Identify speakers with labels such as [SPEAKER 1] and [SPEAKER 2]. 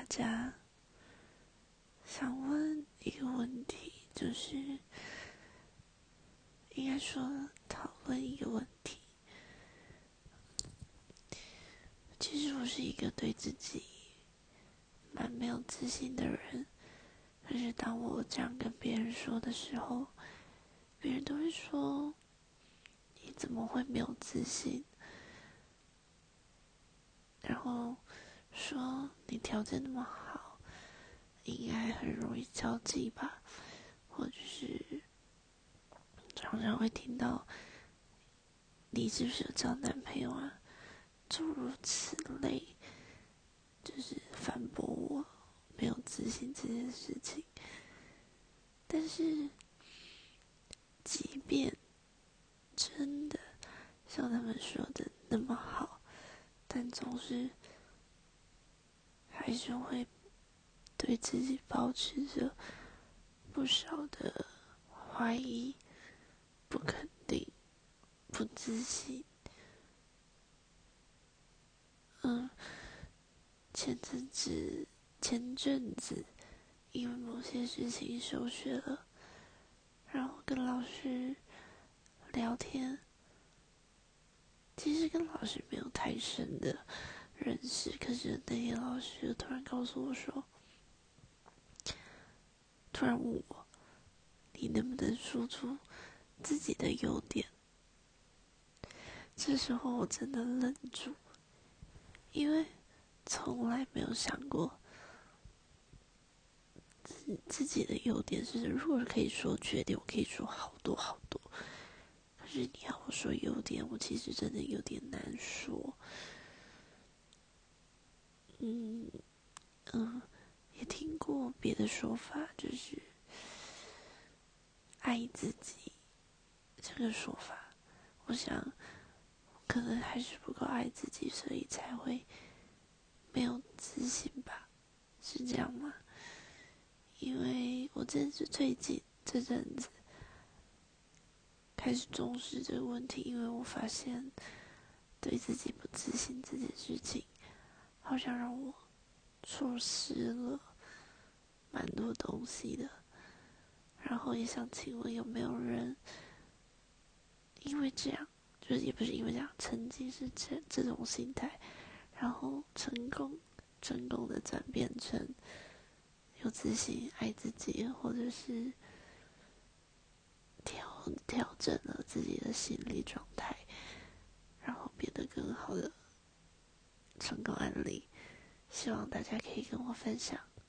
[SPEAKER 1] 家，想问一个问题，就是应该说讨论一个问题。其实我是一个对自己蛮没有自信的人，可是当我这样跟别人说的时候，别人都会说你怎么会没有自信，然后说你条件那么好，应该很容易交际吧，或者是常常会听到你是不是有交男朋友啊，诸如此类，就是反驳我没有自信这件事情。但是即便真的像他们说的那么好，但总是还是会对自己保持着不少的怀疑、不肯定、不自信。前阵子因为某些事情休学了，然后跟老师聊天，其实跟老师没有太深的认识，可是那天老师突然告诉我说，突然问我，你能不能说出自己的优点？这时候我真的愣住，因为从来没有想过自己的优点是，如果可以说缺点，我可以说好多好多。可是你要我说优点，我其实真的有点难说。也听过别的说法，就是爱自己这个说法。我想，可能还是不够爱自己，所以才会没有自信吧？是这样吗？因为我真是最近这阵子开始重视这个问题，因为我发现对自己不自信这件事情，好像让我错失了蛮多东西的。然后也想请问，有没有人因为这样，就是也不是因为这样，曾经是这种心态，然后成功的转变成有自信、爱自己，或者是调整了自己的心理状态，然后变得更好的成功案例，希望大家可以跟我分享。